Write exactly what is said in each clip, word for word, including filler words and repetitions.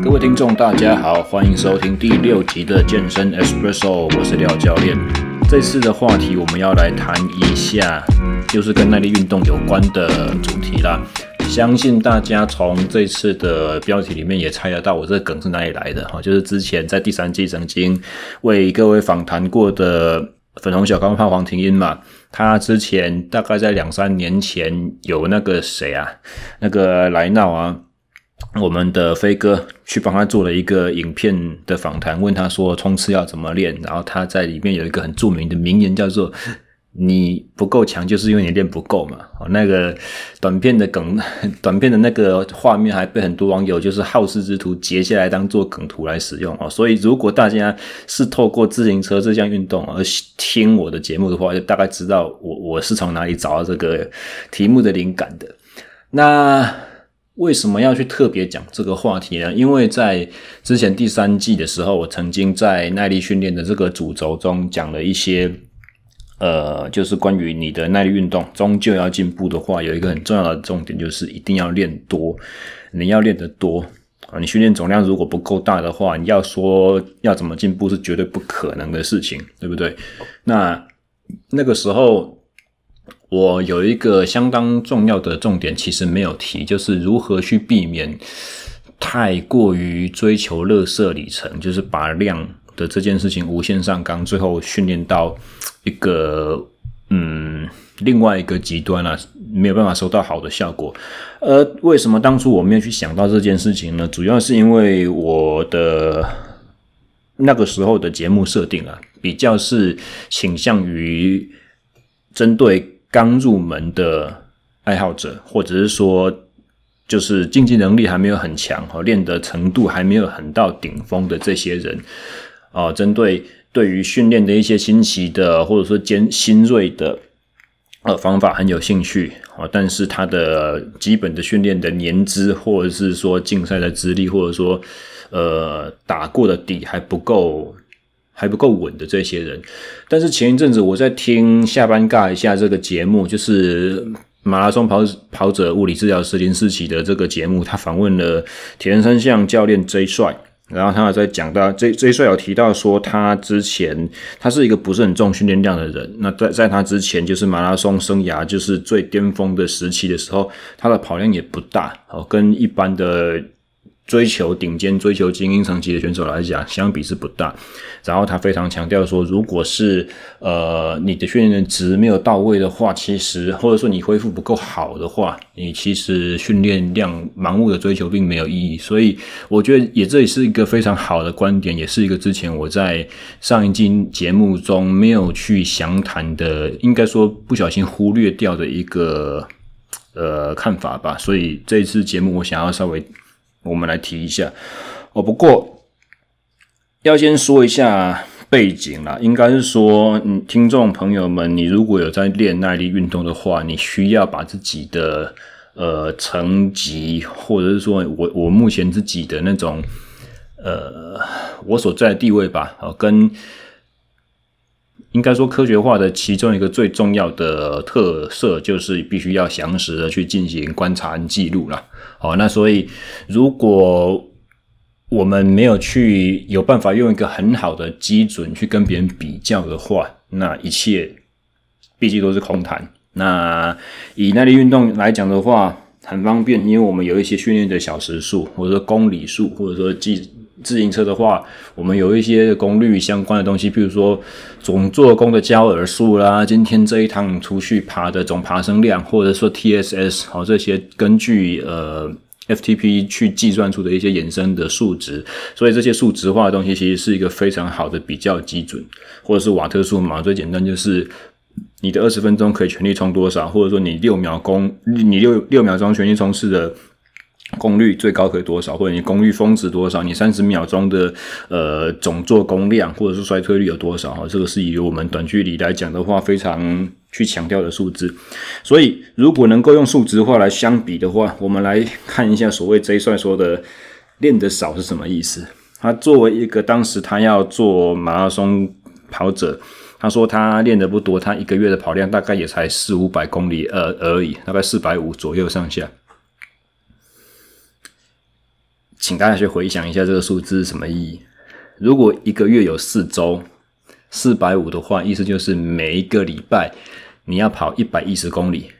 各位听众大家好，欢迎收听第六集的健身 Espresso， 我是廖教练。这次的话题我们要来谈一下就是跟耐力运动有关的主题啦。相信大家从这次的标题里面也猜得到我这个梗是哪里来的，就是之前在第三季曾经为各位访谈过的粉红小钢炮黄庭英嘛，他之前大概在两三年前有那个谁啊，那个莱闹啊，我们的飞哥去帮他做了一个影片的访谈，问他说冲刺要怎么练，然后他在里面有一个很著名的名言叫做你不够强就是因为你练不够嘛。那个短片的梗，短片的那个画面还被很多网友就是好事之徒截下来当做梗图来使用。所以如果大家是透过自行车这项运动而听我的节目的话，就大概知道我我是从哪里找到这个题目的灵感的。那为什么要去特别讲这个话题呢？因为在之前第三季的时候，我曾经在耐力训练的这个主轴中讲了一些呃，就是关于你的耐力运动终究要进步的话，有一个很重要的重点就是一定要练多，你要练得多。你训练总量如果不够大的话，你要说要怎么进步是绝对不可能的事情，对不对？那那个时候我有一个相当重要的重点其实没有提，就是如何去避免太过于追求垃圾里程，就是把量的这件事情无限上纲，最后训练到一个嗯另外一个极端啊，没有办法收到好的效果。呃，为什么当初我没有去想到这件事情呢？主要是因为我的那个时候的节目设定啊，比较是倾向于针对刚入门的爱好者，或者是说就是竞技能力还没有很强，练的程度还没有很到顶峰的这些人，呃，针对对于训练的一些新奇的或者说尖新锐的呃方法很有兴趣，呃，但是他的基本的训练的年资或者是说竞赛的资历或者说呃打过的底还不够还不够稳的这些人。但是前一阵子我在听下班尬一下这个节目，就是马拉松跑跑者物理治疗师林世奇的这个节目，他访问了铁人三项教练 J 帅，然后他在讲到 J J 帅有提到说他之前他是一个不是很重训练量的人，那在在他之前就是马拉松生涯就是最巅峰的时期的时候，他的跑量也不大，跟一般的追求顶尖追求精英层级的选手来讲相比是不大。然后他非常强调说，如果是呃你的训练值没有到位的话，其实或者说你恢复不够好的话，你其实训练量盲目的追求并没有意义。所以我觉得也这也是一个非常好的观点，也是一个之前我在上一季节目中没有去详谈的，应该说不小心忽略掉的一个呃看法吧。所以这一次节目我想要稍微我们来提一下哦。不过要先说一下背景啦，应该是说嗯，听众朋友们，你如果有在练耐力运动的话，你需要把自己的呃成绩，或者是说我我目前自己的那种呃我所在的地位吧，呃、跟应该说科学化的其中一个最重要的特色就是必须要详实的去进行观察和记录啦。好，那所以如果我们没有去有办法用一个很好的基准去跟别人比较的话，那一切毕竟都是空谈。那以耐力运动来讲的话很方便，因为我们有一些训练的小时数，或者说公里数，或者说自行车的话我们有一些功率相关的东西，譬如说总做功的焦耳数啦，今天这一趟出去爬的总爬升量，或者说 T S S， 好，这些根据呃F T P 去计算出的一些衍生的数值，所以这些数值化的东西其实是一个非常好的比较基准，或者是瓦特数嘛，最简单就是你的二十分钟可以全力冲多少，或者说你六秒功你六六秒钟全力冲刺的功率最高可以多少，或者你功率峰值多少，你三十秒钟的呃总做功量或者是衰退率有多少，这个是以我们短距离来讲的话非常去强调的数字。所以如果能够用数值化来相比的话，我们来看一下所谓 J 帅说的练得少是什么意思。他作为一个当时他要做马拉松跑者，他说他练得不多，他一个月的跑量大概也才四五百公里呃而已，大概四百五十左右上下。 请大家去回想一下这个数字是什么意义。如果一个月有四周四百五十的话，意思就是每一个礼拜你要跑一百一十公里。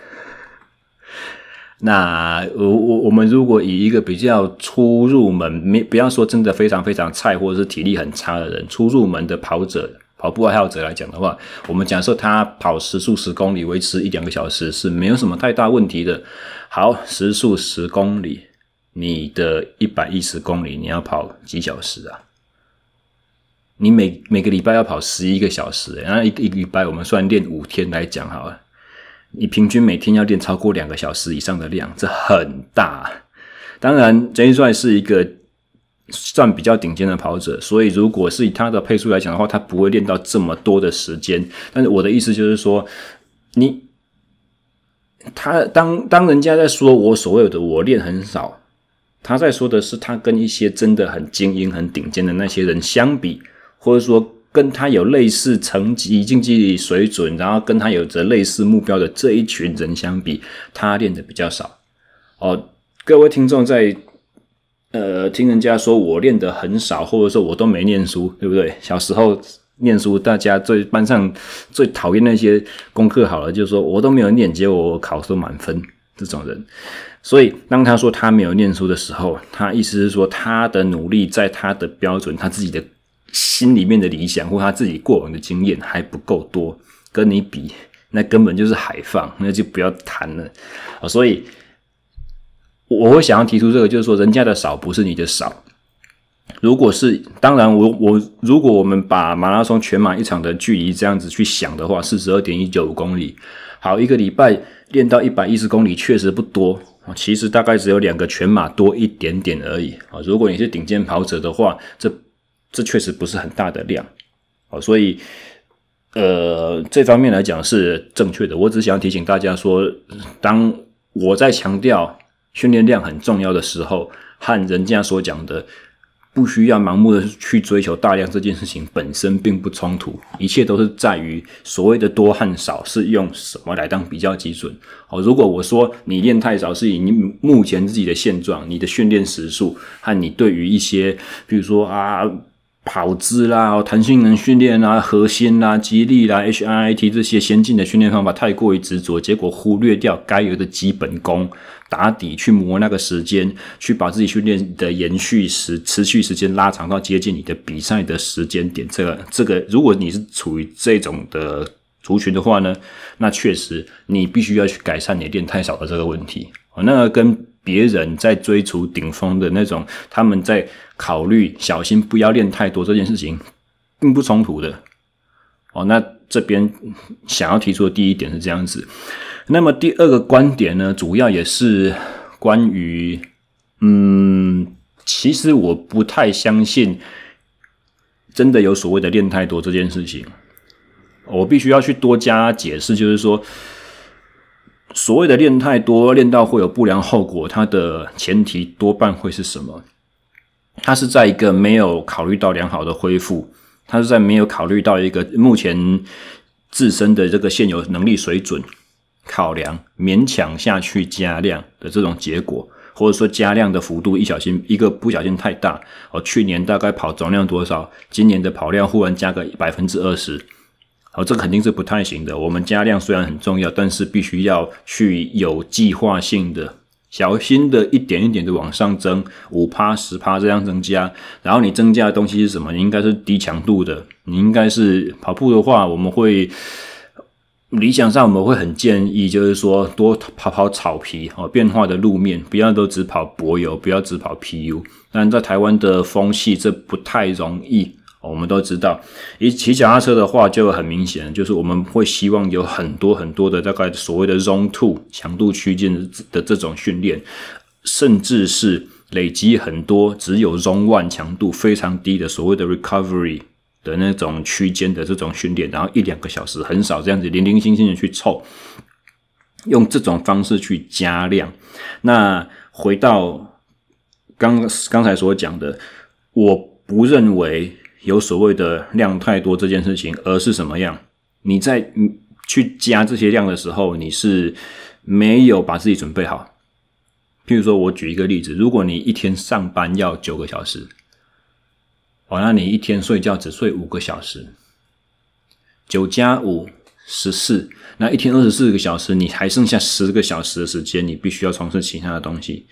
那我我我们如果以一个比较初入门，没不要说真的非常非常菜或者是体力很差的人，初入门的跑者、跑步爱好者来讲的话，我们假设他跑时速十公里，维持一两个小时是没有什么太大问题的。好，时速十公里，你的一百一十公里你要跑几小时啊？你每每个礼拜要跑十一个小时，然后一个礼拜我们算练五天来讲好了。你平均每天要练超过两个小时以上的量，这很大。当然 Jay Zhai 是一个算比较顶尖的跑者，所以如果是以他的配速来讲的话，他不会练到这么多的时间。但是我的意思就是说，你他当当人家在说我所谓的我练很少，他在说的是他跟一些真的很精英很顶尖的那些人相比，或者说跟他有类似成绩竞技水准，然后跟他有着类似目标的这一群人相比，他练的比较少。哦，各位听众在呃听人家说我练的很少，或者说我都没念书，对不对？小时候念书，大家最班上最讨厌那些功课好了，就是说我都没有念，结果我考出满分这种人。所以当他说他没有念书的时候，他意思是说他的努力在他的标准，他自己的心里面的理想或他自己过往的经验还不够多，跟你比那根本就是海放，那就不要谈了。所以我会想要提出这个，就是说人家的少不是你的少。如果是当然我我如果我们把马拉松全马一场的距离这样子去想的话， 四十二点一九五公里，好，一个礼拜练到一百一十公里确实不多，其实大概只有两个全马多一点点而已。如果你是顶尖跑者的话，这这确实不是很大的量，所以呃这方面来讲是正确的。我只想提醒大家说，当我在强调训练量很重要的时候，和人家所讲的不需要盲目的去追求大量这件事情本身并不冲突，一切都是在于所谓的多和少是用什么来当比较基准。哦，如果我说你练太少是以你目前自己的现状、你的训练时数和你对于一些比如说啊跑姿啦、弹性能训练啦、核心啦、肌力啦、H I I T 这些先进的训练方法太过于执着，结果忽略掉该有的基本功，打底去磨那个时间，去把自己训练的延续时持续时间拉长到接近你的比赛的时间点。这个这个，如果你是处于这种的族群的话呢，那确实你必须要去改善你练太少的这个问题。那个跟别人在追逐顶峰的那种，他们在考虑小心不要练太多这件事情并不冲突的。哦，那这边想要提出的第一点是这样子。那么第二个观点呢，主要也是关于嗯，其实我不太相信真的有所谓的练太多这件事情。我必须要去多加解释，就是说所谓的练太多，练到会有不良后果，它的前提多半会是什么？它是在一个没有考虑到良好的恢复，它是在没有考虑到一个目前自身的这个现有能力水准考量，勉强下去加量的这种结果，或者说加量的幅度一小心一个不小心太大，哦，去年大概跑总量多少，今年的跑量忽然加个 百分之二十。好，这肯定是不太行的。我们加量虽然很重要，但是必须要去有计划性的、小心的一点一点的往上增， 百分之五、百分之十 这样增加。然后你增加的东西是什么？你应该是低强度的，你应该是跑步的话，我们会理想上我们会很建议，就是说多跑跑草皮，哦，变化的路面，不要都只跑柏油，不要只跑 P U。但在台湾的风气，这不太容易。我们都知道，以骑脚踏车的话就很明显，就是我们会希望有很多很多的大概所谓的 Zone 二 强度区间的这种训练，甚至是累积很多只有 Zone 一 强度非常低的所谓的 Recovery 的那种区间的这种训练，然后一两个小时很少这样子零零星星的去凑，用这种方式去加量。那回到刚刚才所讲的，我不认为有所谓的量太多这件事情，而是什么样？你在去加这些量的时候，你是没有把自己准备好。 譬如说我举一个例子，如果你一天上班要九个小时，哦，那你一天睡觉只睡五个小时，九加五十四，那一天二十四个小时，你还剩下十个小时的时间，你必须要从事其他的东西。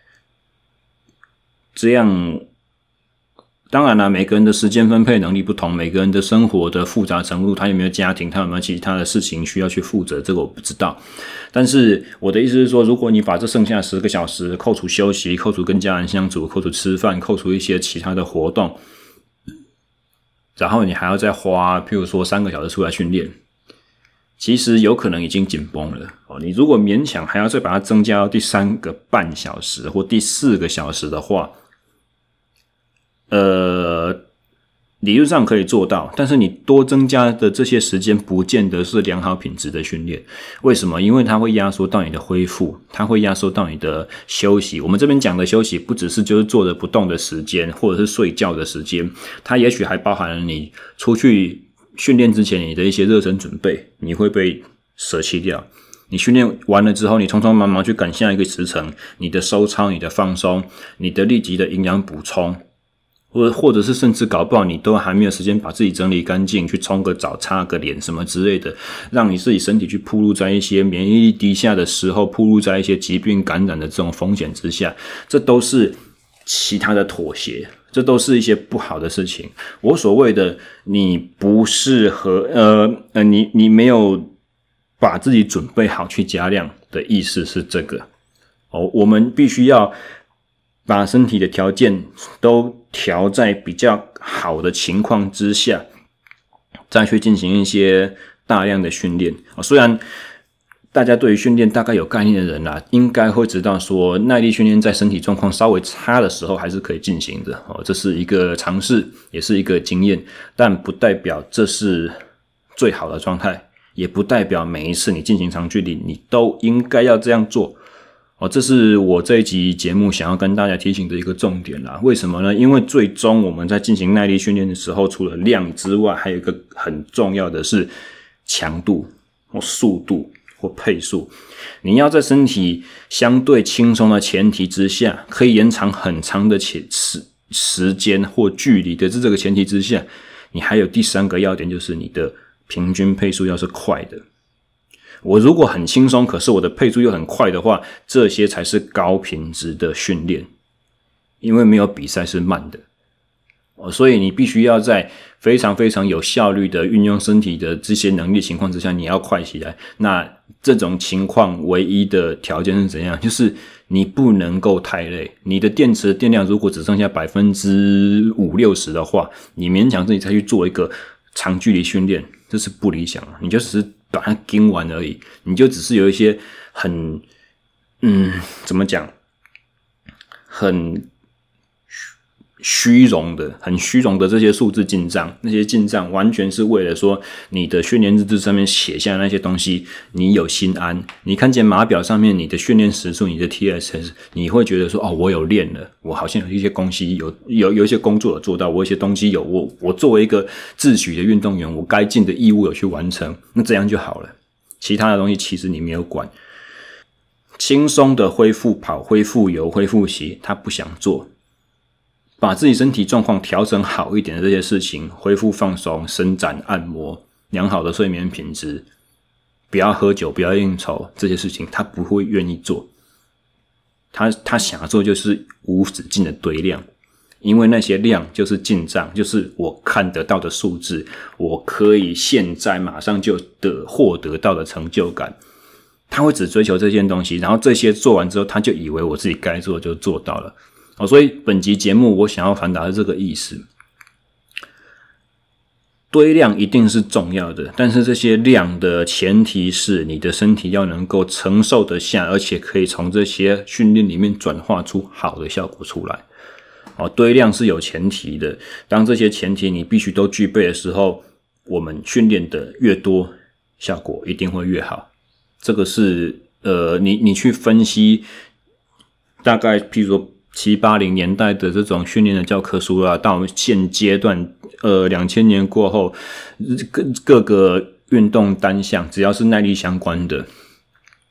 这样，当然啦，每个人的时间分配能力不同，每个人的生活的复杂程度，他有没有家庭，他有没有其他的事情需要去负责，这个我不知道。但是我的意思是说，如果你把这剩下十个小时扣除休息，扣除跟家人相处，扣除吃饭，扣除一些其他的活动，然后你还要再花譬如说三个小时出来训练，其实有可能已经紧绷了。你如果勉强还要再把它增加到第三个半小时或第四个小时的话，呃，理论上可以做到，但是你多增加的这些时间不见得是良好品质的训练。为什么？因为它会压缩到你的恢复，它会压缩到你的休息。我们这边讲的休息不只是就是坐着不动的时间，或者是睡觉的时间，它也许还包含了你出去训练之前你的一些热身准备，你会被舍弃掉。你训练完了之后，你匆匆忙忙去赶下一个时程，你的收操、你的放松、你的立即的营养补充，或者或者是甚至搞不好你都还没有时间把自己整理干净，去冲个澡、擦个脸什么之类的，让你自己身体去暴露在一些免疫力低下的时候，暴露在一些疾病感染的这种风险之下，这都是其他的妥协，这都是一些不好的事情。我所谓的你不适合呃呃你你没有把自己准备好去加量的意思是这个哦，我们必须要把身体的条件都调在比较好的情况之下，再去进行一些大量的训练。哦，虽然大家对于训练大概有概念的人啦，应该会知道说耐力训练在身体状况稍微差的时候还是可以进行的。哦，这是一个尝试，也是一个经验，但不代表这是最好的状态，也不代表每一次你进行长距离你都应该要这样做。哦，这是我这一集节目想要跟大家提醒的一个重点啦。为什么呢？因为最终我们在进行耐力训练的时候，除了量之外，还有一个很重要的是强度或速度或配速。你要在身体相对轻松的前提之下，可以延长很长的时间或距离的这个前提之下，你还有第三个要点，就是你的平均配速要是快的。我如果很轻松，可是我的配速又很快的话，这些才是高品质的训练，因为没有比赛是慢的。所以你必须要在非常非常有效率的运用身体的这些能力情况之下，你要快起来。那这种情况唯一的条件是怎样？就是你不能够太累。你的电池的电量如果只剩下 百分之五六十 的话，你勉强自己再去做一个长距离训练，这是不理想的。你就只是把它盯完而已，你就只是有一些很嗯怎么讲很虚荣的很虚荣的这些数字进账，那些进账完全是为了说你的训练日志上面写下那些东西你有心安，你看见码表上面你的训练时数，你的 T S S， 你会觉得说哦，我有练了，我好像有一些东西有有有一些工作有做到，我有一些东西有我我作为一个自诩的运动员，我该尽的义务有去完成，那这样就好了。其他的东西其实你没有管，轻松的恢复跑、恢复游、恢复席，他不想做。把自己身体状况调整好一点的这些事情，恢复放松、伸展、按摩、良好的睡眠品质，不要喝酒、不要应酬，这些事情他不会愿意做。他他想要做就是无止境的堆量，因为那些量就是进账，就是我看得到的数字，我可以现在马上就得获得到的成就感。他会只追求这件东西，然后这些做完之后，他就以为我自己该做就做到了。哦，所以本集节目我想要传达的这个意思，堆量一定是重要的，但是这些量的前提是你的身体要能够承受得下，而且可以从这些训练里面转化出好的效果出来。哦，堆量是有前提的，当这些前提你必须都具备的时候，我们训练的越多，效果一定会越好。这个是呃，你你去分析，大概譬如说七八零年代的这种训练的教科书啊，到我们现阶段，呃，两千年过后，各各个运动单项，只要是耐力相关的，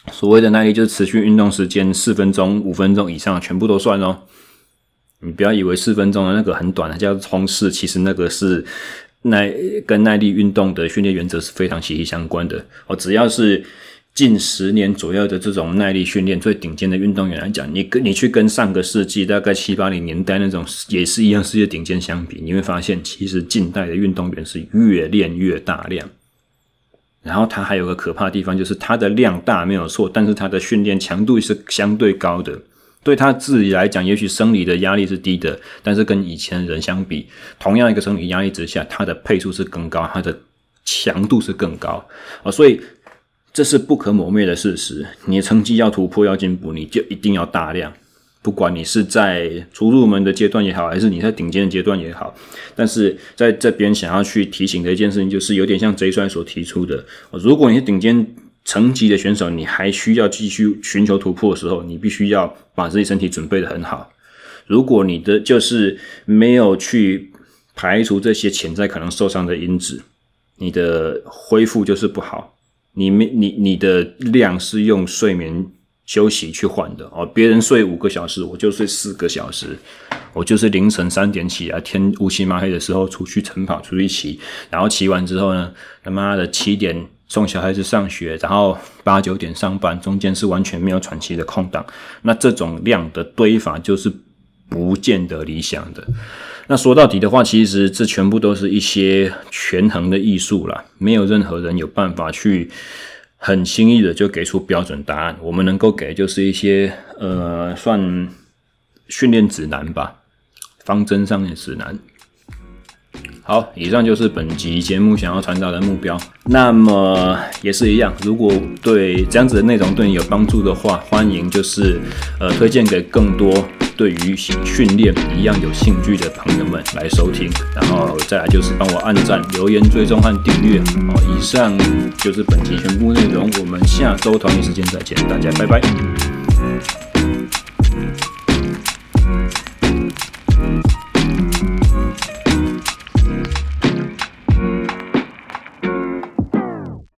所谓的耐力就是持续运动时间四分钟、五分钟以上，全部都算哦。你不要以为四分钟的那个很短的叫冲刺，其实那个是耐跟耐力运动的训练原则是非常息息相关的哦。只要是近十年左右的这种耐力训练最顶尖的运动员来讲，你跟你去跟上个世纪大概七八零年代那种也是一样世界顶尖相比，你会发现其实近代的运动员是越练越大量。然后他还有个可怕的地方，就是他的量大没有错，但是他的训练强度是相对高的。对他自己来讲，也许生理的压力是低的，但是跟以前的人相比，同样一个生理压力之下，他的配速是更高，他的强度是更高啊，所以这是不可磨灭的事实。你的成绩要突破要进步，你就一定要大量。不管你是在初入门的阶段也好，还是你在顶尖的阶段也好，但是在这边想要去提醒的一件事情，就是有点像 J 帅所提出的，如果你是顶尖层级的选手，你还需要继续寻求突破的时候，你必须要把自己身体准备得很好。如果你的就是没有去排除这些潜在可能受伤的因子，你的恢复就是不好。你你你的量是用睡眠休息去换的哦，别人睡五个小时，我就睡四个小时，我就是凌晨三点起来，天乌漆麻黑的时候出去晨跑，出去骑，然后骑完之后呢，他妈的七点送小孩子上学，然后八九点上班，中间是完全没有喘息的空档。那这种量的堆法就是不见得理想的。那说到底的话，其实这全部都是一些权衡的艺术啦，没有任何人有办法去很轻易的就给出标准答案。我们能够给就是一些呃算训练指南吧，方针上的指南。好，以上就是本集节目想要传达的目标。那么也是一样，如果对这样子的内容对你有帮助的话，欢迎就是呃推荐给更多对于训练一样有兴趣的朋友们来收听。然后再来就是帮我按赞、留言、追踪和订阅。哦，以上就是本集全部内容，我们下周同一时间再见，大家拜拜。